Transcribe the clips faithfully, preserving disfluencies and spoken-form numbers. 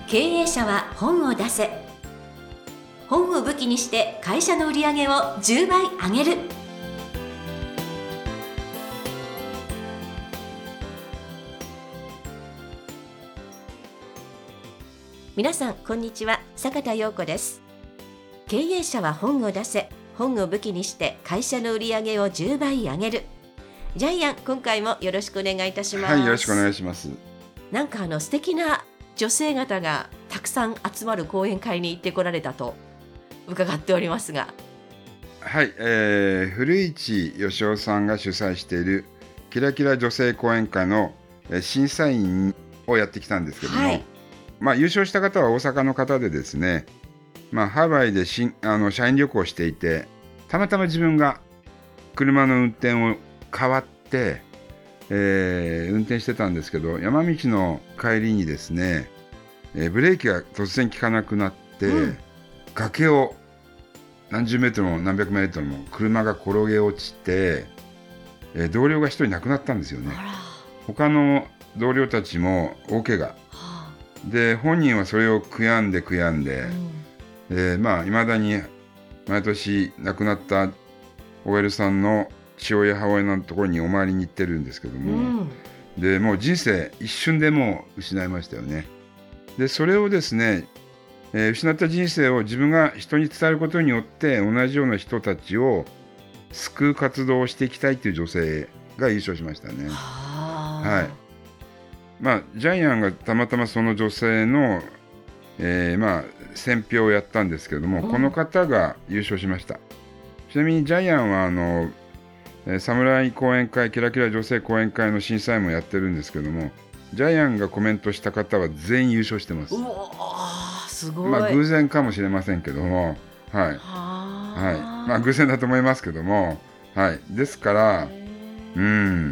経営者は本を出せ。本を武器にして会社の売り上げをじゅうばい上げる。皆さんこんにちは、坂田陽子です。経営者は本を出せ。本を武器にして会社の売り上げをじゅうばい上げる。ジャイアン、今回もよろしくお願いいたします。 はい、よろしくお願いします。 なんかあの素敵な女性方がたくさん集まる講演会に行ってこられたと伺っておりますが。 はい、えー、古市義雄さんが主催しているキラキラ女性講演会の審査員をやってきたんですけども、はい、まあ、優勝した方は大阪の方でですね、まあ、ハワイでしあの社員旅行をしていて、たまたま自分が車の運転を変わって、えー、運転してたんですけど、山道の帰りにですね、えー、ブレーキが突然効かなくなって、うん、崖を何十メートルも何百メートルも車が転げ落ちて、えー、同僚が一人亡くなったんですよね。他の同僚たちも大怪我、はあ、で本人はそれを悔やんで悔やんで、うん、えー、まあ未だに毎年亡くなった オーエル さんの父親母親のところにお参りに行ってるんですけども、うん、でもう人生一瞬でもう失いましたよね。でそれをですね、えー、失った人生を自分が人に伝えることによって同じような人たちを救う活動をしていきたいという女性が優勝しましたね。はい。まあジャイアンがたまたまその女性の、えー、まあ選評をやったんですけども、うん、この方が優勝しました。ちなみにジャイアンはあの侍講演会、キラキラ女性講演会の審査員もやってるんですけども、ジャイアンがコメントした方は全員優勝してます。 うわー、すごい。 まあ偶然かもしれませんけども、はい、はい、まあ偶然だと思いますけども、はい、ですから、うん、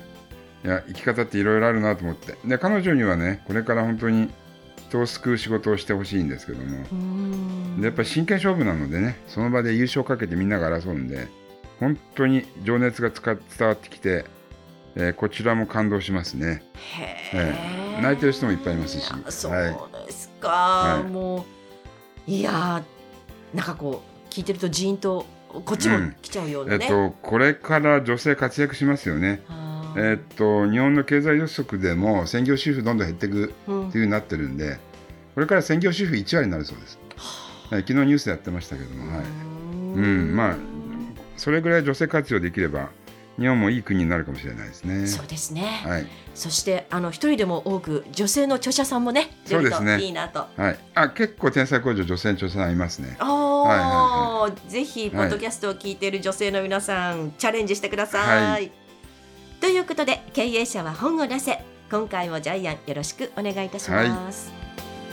いや生き方っていろいろあるなと思って、で彼女にはね、これから本当に人を救う仕事をしてほしいんですけども、でやっぱり真剣勝負なのでね、その場で優勝をかけてみんなが争うんで、本当に情熱が伝わってきて、えー、こちらも感動しますね。 へー、 えー、泣いてる人もいっぱいいますし。 そうですか、はい、もういやなんかこう聞いてるとジーンとこっちも来ちゃうようなね、 うんえっと、これから女性活躍しますよね。えっと、日本の経済予測でも専業主婦どんどん減っていくっていう風になってるんで、うん、これから専業主婦いちわりになるそうです。はあ、昨日ニュースでやってましたけども、はい、うん、まあそれぐらい女性活用できれば日本もいい国になるかもしれないですね。 そうですね、 はい、 そしてあの一人でも多く女性の著者さんもね出るといいなと、 はい、あ結構天才工場女性の著者さんいますね。 お、はいはいはい、ぜひポッドキャストを聞いている女性の皆さん、はい、チャレンジしてください、はい、ということで経営者は本を出せ。今回もジャイアンよろしくお願いいたします、はい。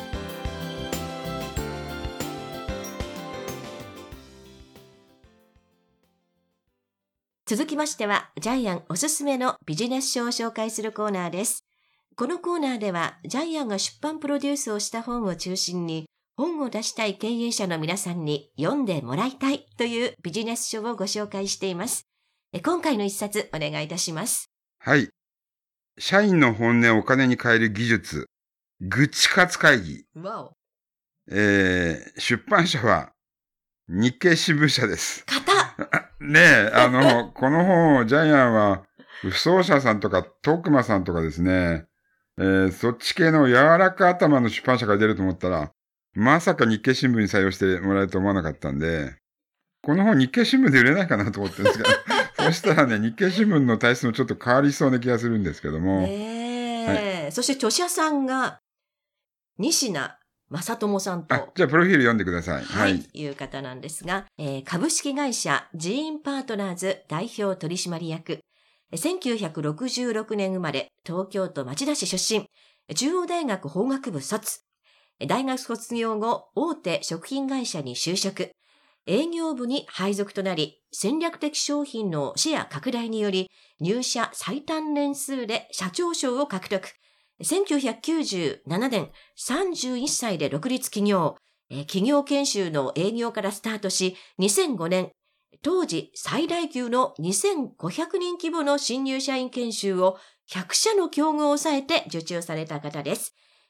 続きましてはジャイアンおすすめのビジネス書を紹介するコーナーです。このコーナーではジャイアンが出版プロデュースをした本を中心に本を出したい経営者の皆さんに読んでもらいたいというビジネス書をご紹介しています。今回の一冊お願いいたします。 はい。社員の本音をお金に変える技術、愚痴活会議。 わお。 えー、出版社は日経新聞社です。 型ねえ、あの、この本をジャイアンは、不走者さんとか、徳間さんとかですね、えー、そっち系の柔らか頭の出版社から出ると思ったら、まさか日経新聞に採用してもらえると思わなかったんで、この本日経新聞で売れないかなと思ってるんですけど、そしたらね、日経新聞の体質もちょっと変わりそうな気がするんですけども。 ねえ、はい、そして著者さんが、西名正友さんと。 あ、じゃあプロフィール読んでください。 はい。はい、いう方なんですが、えー、株式会社ジーンパートナーズ代表取締役。せんきゅうひゃくろくじゅうろくねん生まれ、東京都町田市出身。中央大学法学部卒。大学卒業後、大手食品会社に就職。営業部に配属となり、戦略的商品のシェア拡大により、入社最短年数で社長賞を獲得。せんきゅうひゃくきゅうじゅうななねん、さんじゅういっさいで独立起業。企業研修の営業からスタートし、にせんごねん、当時最大級のにせんごひゃくにん規模の新入社員研修をひゃくしゃの競合を抑えて受注された方です。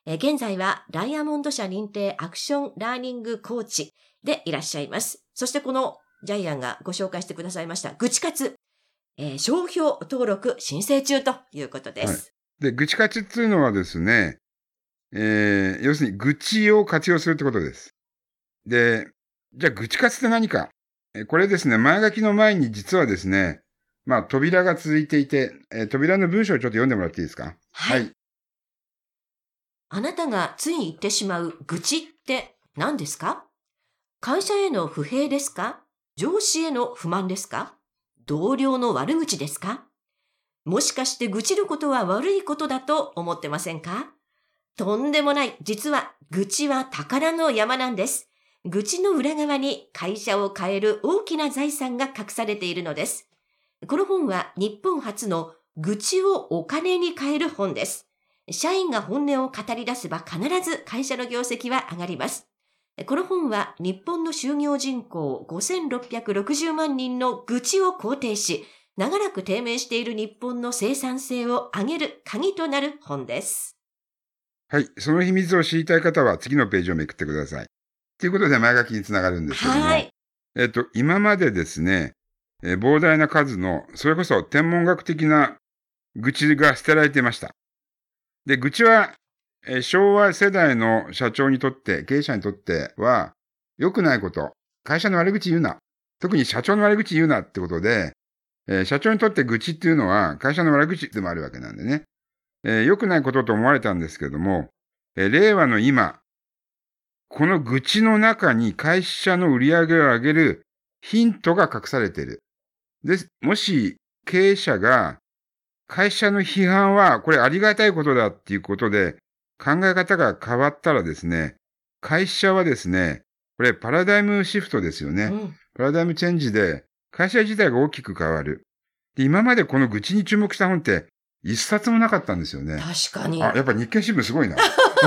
えー現在はダイヤモンド社認定アクションラーニングコーチでいらっしゃいます。そしてこのジャイアンがご紹介してくださいました愚痴活、えー商標登録申請中ということです。 で、愚痴活っていうのはですね、えー要するに愚痴を活用するってことです。で、じゃあ愚痴活って何か。えーこれですね、前書きの前に実はですね、まあ扉が続いていて、えー扉の文章をちょっと読んでもらっていいですか？ はい。あなたがつい言ってしまう愚痴って何ですか？会社への不平ですか？上司への不満ですか？同僚の悪口ですか？もしかして愚痴ることは悪いことだと思ってませんか？とんでもない。実は愚痴は宝の山なんです。愚痴の裏側に会社を変える大きな財産が隠されているのです。この本は日本初の愚痴をお金に変える本です。社員が本音を語り出せば必ず会社の業績は上がります。この本は日本の就業人口ごせんろっぴゃくろくじゅうまんにんの愚痴を肯定し、長らく低迷している日本の生産性を上げる鍵となる本です。 はい。その秘密を知りたい方は次のページをめくってください。ということで前書きにつながるんですけども。 はい。 えっと、今までですね、えー膨大な数の、それこそ天文学的な愚痴が捨てられていました。で、愚痴は、えー昭和世代の社長にとって、経営者にとっては、良くないこと。会社の悪口言うな。特に社長の悪口言うなってことで、えー社長にとって愚痴っていうのは会社の悪口でもあるわけなんでね。えー良くないことと思われたんですけども、えー令和の今、この愚痴の中に会社の売り上げを上げるヒントが隠されている。で、もし経営者が会社の批判はこれありがたいことだっていうことで考え方が変わったらですね、会社はですね、これパラダイムシフトですよね。 うん、 パラダイムチェンジで会社自体が大きく変わる。で、今までこの愚痴に注目した本って一冊もなかったんですよね。 確かに。 あ、やっぱ日経新聞すごいな。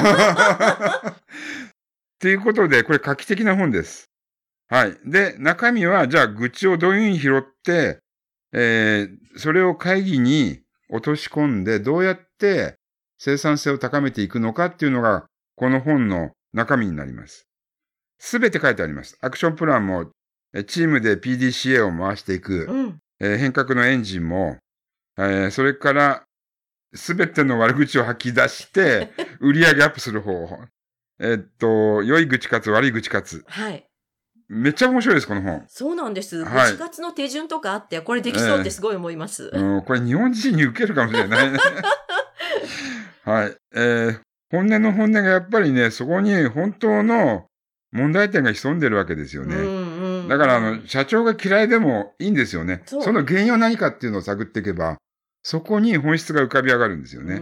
ということで、これ画期的な本です。はい。で、中身は、じゃあ、愚痴をどういうふうに拾って、えー、それを会議に落とし込んで、どうやって生産性を高めていくのかっていうのが、この本の中身になります。すべて書いてあります。アクションプランも、チームで ピーディーシーエー を回していく、 うん、 えー変革のエンジンも、えーそれから、すべての悪口を吐き出して、売り上げアップする方法。えっと、良い愚痴かつ悪い愚痴かつ。 はい。 めっちゃ面白いです、この本。 そうなんです。 はい愚痴活の手順とかあって、これできそうってすごい思います。 うん、これ日本人に受けるかもしれないね。はい。えー、本音の本音がやっぱりね、そこに本当の問題点が潜んでるわけですよね。 うんうん、 だから、あの、社長が嫌いでもいいんですよね。 そうその原因は何かっていうのを探っていけば、そこに本質が浮かび上がるんですよね。 うん、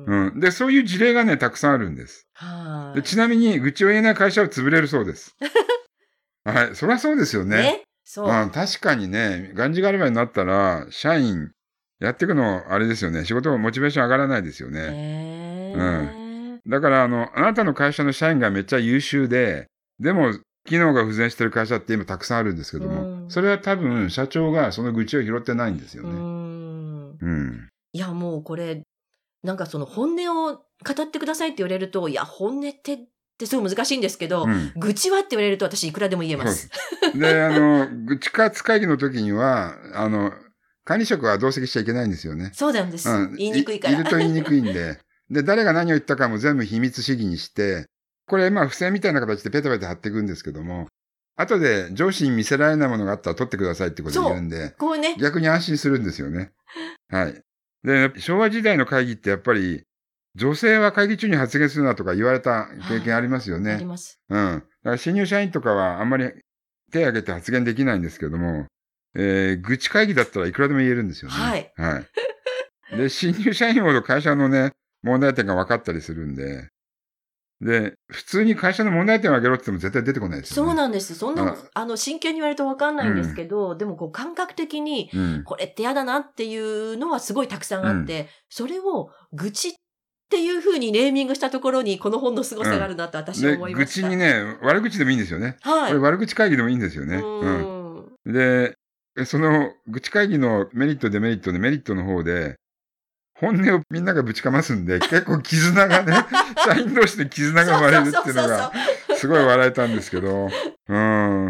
うん。で、そういう事例がね、たくさんあるんです。 はい。 でちなみに、愚痴を言えない会社は潰れるそうです。はい。そりゃそうですよね。 ね。そう。 うん、確かにね、がんじがらめになったら、社員、やっていくの、あれですよね。仕事のモチベーション上がらないですよね。 へうー。 だから、あの、あなたの会社の社員がめっちゃ優秀で、でも、機能が不全してる会社って今たくさんあるんですけども、 うんそれは多分、社長がその愚痴を拾ってないんですようね。 ん。 うん。 いや、もうこれ、なんかその本音を語ってくださいって言われると、いや、本音ってってすごい難しいんですけど、 うん愚痴はって言われると私いくらでも言えま。 そうですす。で、あの、愚痴活会議の時には、あの、管理職は同席しちゃいけないんですよね。 そうなんです。 うん。 言いにくいから。 いると言いにくいんで。で、誰が何を言ったかも全部秘密主義にして、これ、まあ、付箋みたいな形でペタペタ貼っていくんですけども、後で上司に見せられないものがあったら取ってくださいってことを言うんで、 こうね。 逆に安心するんですよね。はい。で、昭和時代の会議ってやっぱり、女性は会議中に発言するなとか言われた経験ありますよね。 あります。 うん。だから新入社員とかはあんまり手を挙げて発言できないんですけども、えー、愚痴会議だったらいくらでも言えるんですよね。 はい。 はい。で、新入社員ほど会社のね、問題点が分かったりするんで、で、普通に会社の問題点を挙げろって言っても絶対出てこないですよね。 そうなんです。そんなあ、 あの、真剣に言われるとわかんないんですけど、でもこう感覚的に、 うん。 これって嫌だなっていうのはすごいたくさんあって、それを愚痴っていう風にネーミングしたところにこの本の凄さがあるなと私はで、 思いました。 愚痴にね、悪口でもいいんですよね。 はい。 これ悪口会議でもいいんですよね。 ううん。 ん。 で、その愚痴会議のメリットデメリットでメリットの方で、 本音をみんながぶちかますんで、結構絆がね、社員同士で絆が生まれるっていうのが、すごい笑えたんですけど。うん。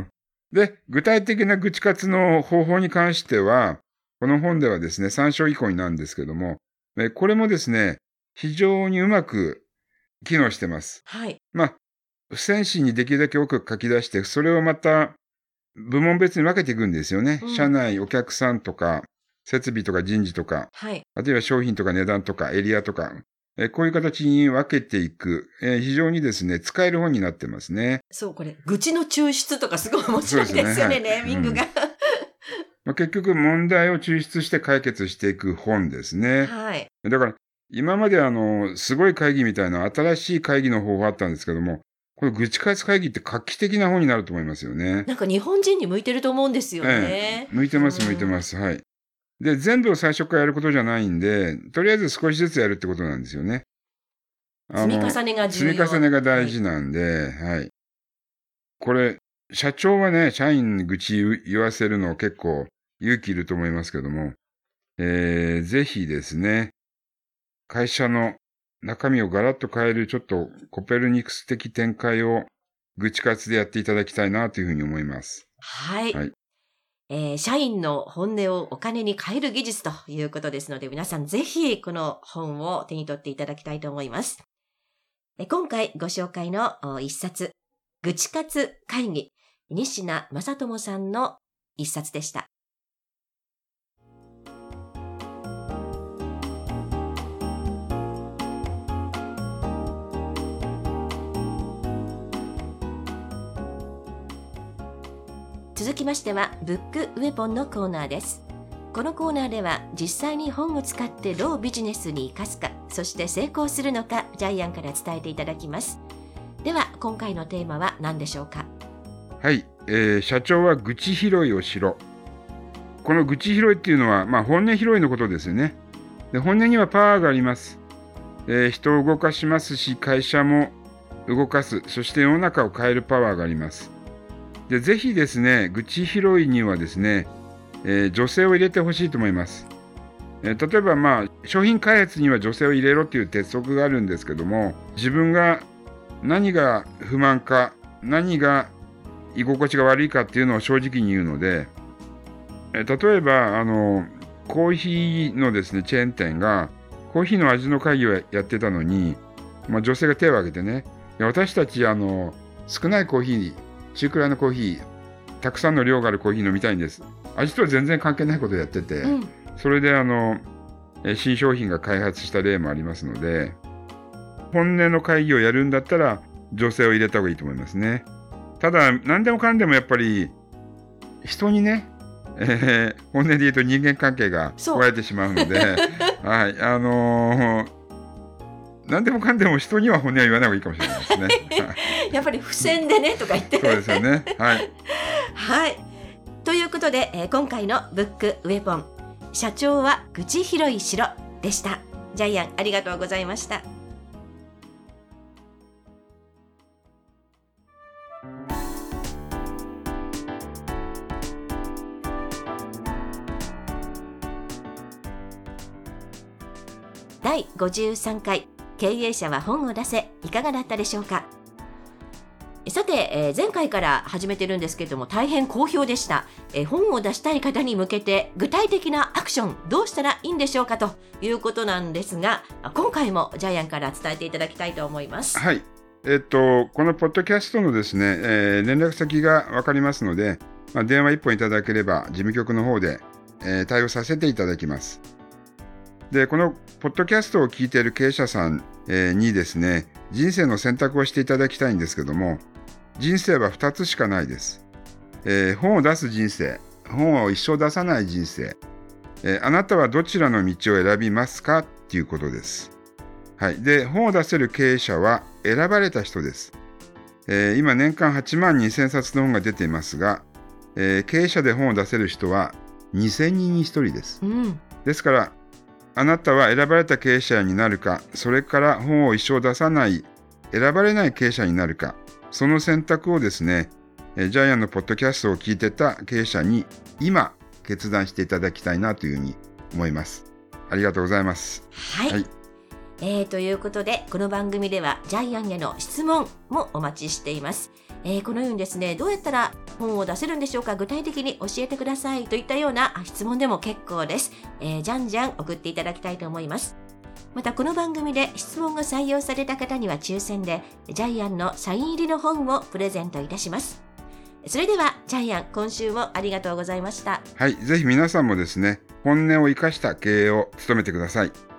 で、具体的な愚痴活の方法に関しては、この本ではですね、さん章以降になるんですけども、これもですね、非常にうまく機能してます。 はい。 まあ、付箋紙にできるだけ多く書き出して、それをまた部門別に分けていくんですよね。うん、社内、お客さんとか、設備とか人事とか、 はい、 あるいは商品とか値段とかエリアとか、えこういう形に分けていく、えー、非常にですね、使える本になってますね。 そう、これ、愚痴の抽出とかすごい面白いですよね、ネーミングが。うんまあ、結局、問題を抽出して解決していく本ですね。 はい。 だから、今まであの、すごい会議みたいな新しい会議の方法あったんですけども、これ愚痴開発会議って画期的な本になると思いますよね。 なんか日本人に向いてると思うんですよね。 ええ、向いてます、向いてます。はい。で、全部を最初からやることじゃないんで、とりあえず少しずつやるってことなんですよね。 積み重ねが重要。 積み重ねが大事なんで、はい。はい、これ、社長はね、社員に愚痴言わせるの結構勇気いると思いますけども、えー、ぜひですね、会社の中身をガラッと変えるちょっとコペルニクス的展開を愚痴活でやっていただきたいなというふうに思います。 はい。 はいえー、社員の本音をお金に変える技術ということですので、皆さんぜひこの本を手に取っていただきたいと思います。え今回ご紹介の一冊、愚痴活会議、西名正智さんの一冊でした。続きましてはブックウェポンのコーナーです。このコーナーでは実際に本を使ってどうビジネスに生かすか、そして成功するのかジャイアンから伝えていただきます。では今回のテーマは何でしょうか。 はい、えー、社長は愚痴拾いをしろ。この愚痴拾いっていうのは、まあ、本音拾いのことですよね。で、本音にはパワーがあります。えー、人を動かしますし、会社も動かす、そして世の中を変えるパワーがあります。で、ぜひですね、愚痴拾いにはですね、えー、女性を入れてほしいと思います。えー、例えば、まあ、商品開発には女性を入れろっていう鉄則があるんですけども、自分が何が不満か、何が居心地が悪いかっていうのを正直に言うので、えー、例えば、あの、コーヒーのですね、チェーン店が、コーヒーの味の会議をやってたのに、まあ、女性が手を挙げてね、私たち、あの、少ないコーヒー、中くらいのコーヒー、たくさんの量があるコーヒー飲みたいんです。味とは全然関係ないことをやってて、うん、それであの、新商品が開発した例もありますので、本音の会議をやるんだったら、女性を入れた方がいいと思いますね。ただ、何でもかんでもやっぱり、人にね、えー、本音で言うと人間関係が壊れてしまうので、はい、あのー、何でもかんでも人には本音は言わない方がいいかもしれないですね。 やっぱり付箋でねとか言って。 そうですよね。はい。 はい。ということで、えー、今回のブックウェポン、社長は愚痴拾いしろでした。ジャイアン、ありがとうございました。だいごじゅうさんかい経営者は本を出せ、いかがだったでしょうか。さて、えー、前回から始めてるんですけれども大変好評でした、えー、本を出したい方に向けて具体的なアクションどうしたらいいんでしょうかということなんですが、今回もジャイアンから伝えていただきたいと思います。 はい、えっとこのポッドキャストのですね、えー、連絡先が分かりますので、まあ、電話一本いただければ事務局の方で、えー、対応させていただきます。で、このポッドキャストを聞いている経営者さん、えー、にですね、人生の選択をしていただきたいんですけども、人生はふたつしかないです。えー、本を出す人生、本を一生出さない人生、えー、あなたはどちらの道を選びますかっていうことです。はい。で、本を出せる経営者は選ばれた人です。えー、今年間はちまんにせんさつの本が出ていますが、えー、経営者で本を出せる人はにせんにんにひとりです。うん、ですから、あなたは選ばれた経営者になるか、それから本を一生出さない、選ばれない経営者になるか、その選択をですね、ジャイアンのポッドキャストを聞いてた経営者に今決断していただきたいなというふうに思います。 ありがとうございます。 はい、はい、えー、ということでこの番組ではジャイアンへの質問もお待ちしています。えー、このようにですね、どうやったら本を出せるんでしょうか、具体的に教えてくださいといったような質問でも結構です。えー、じゃんじゃん送っていただきたいと思います。またこの番組で質問が採用された方には抽選でジャイアンのサイン入りの本をプレゼントいたします。それではジャイアン、今週もありがとうございました。 はい、ぜひ皆さんもですね、本音を生かした経営を務めてください。